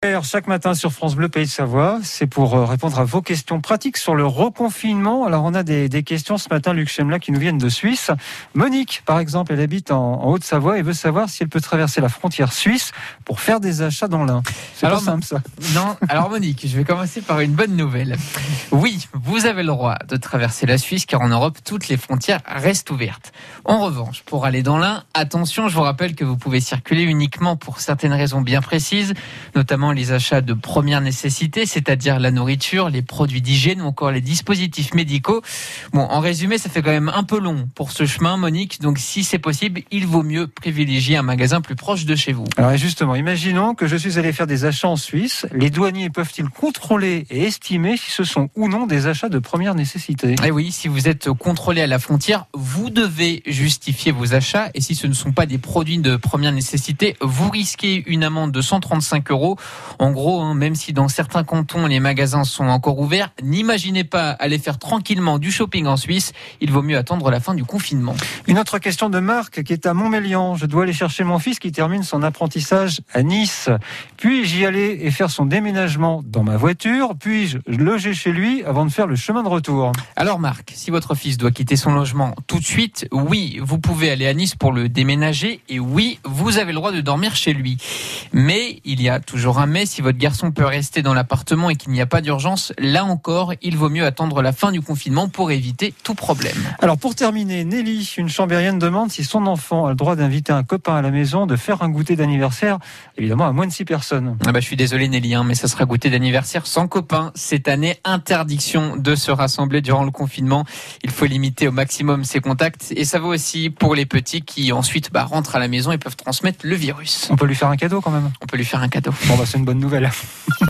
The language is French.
Chaque matin sur France Bleu Pays de Savoie, c'est pour répondre à vos questions pratiques sur le reconfinement. Alors on a des questions ce matin, Luc Chemla, qui nous viennent de Suisse. Monique, par exemple, elle habite en Haute-Savoie et veut savoir si elle peut traverser la frontière suisse pour faire des achats dans l'Ain. C'est pas simple ça. Non, alors Monique, je vais commencer par une bonne nouvelle. Oui, vous avez le droit de traverser la Suisse car en Europe, toutes les frontières restent ouvertes. En revanche, pour aller dans l'Ain, attention, je vous rappelle que vous pouvez circuler uniquement pour certaines raisons bien précises, notamment les achats de première nécessité, c'est-à-dire la nourriture, les produits d'hygiène ou encore les dispositifs médicaux. Bon, en résumé, ça fait quand même un peu long pour ce chemin, Monique. Donc, si c'est possible, il vaut mieux privilégier un magasin plus proche de chez vous. Alors, justement, imaginons que je suis allé faire des achats en Suisse. Les douaniers peuvent-ils contrôler et estimer si ce sont ou non des achats de première nécessité ? Eh oui, si vous êtes contrôlé à la frontière, vous devez justifier vos achats. Et si ce ne sont pas des produits de première nécessité, vous risquez une amende de 135 €. En gros, même si dans certains cantons, les magasins sont encore ouverts, n'imaginez pas aller faire tranquillement du shopping en Suisse. Il vaut mieux attendre la fin du confinement. Une autre question de Marc qui est à Montmélian. Je dois aller chercher mon fils qui termine son apprentissage à Nice. Puis-je y aller et faire son déménagement dans ma voiture ? Puis-je loger chez lui avant de faire le chemin de retour ? Alors Marc, si votre fils doit quitter son logement tout de suite, oui, vous pouvez aller à Nice pour le déménager et oui, vous avez le droit de dormir chez lui. Mais il y a toujours un mais. Si votre garçon peut rester dans l'appartement et qu'il n'y a pas d'urgence, là encore, il vaut mieux attendre la fin du confinement pour éviter tout problème. Alors pour terminer, Nelly, une chambérienne, demande si son enfant a le droit d'inviter un copain à la maison, de faire un goûter d'anniversaire, évidemment à moins de 6 personnes. Je suis désolé Nelly, mais ça sera goûter d'anniversaire sans copain. Cette année, interdiction de se rassembler durant le confinement. Il faut limiter au maximum ses contacts et ça vaut aussi pour les petits qui ensuite rentrent à la maison et peuvent transmettre le virus. On peut lui faire un cadeau quand même ? On peut lui faire un cadeau. Bon, c'est une bonne nouvelle.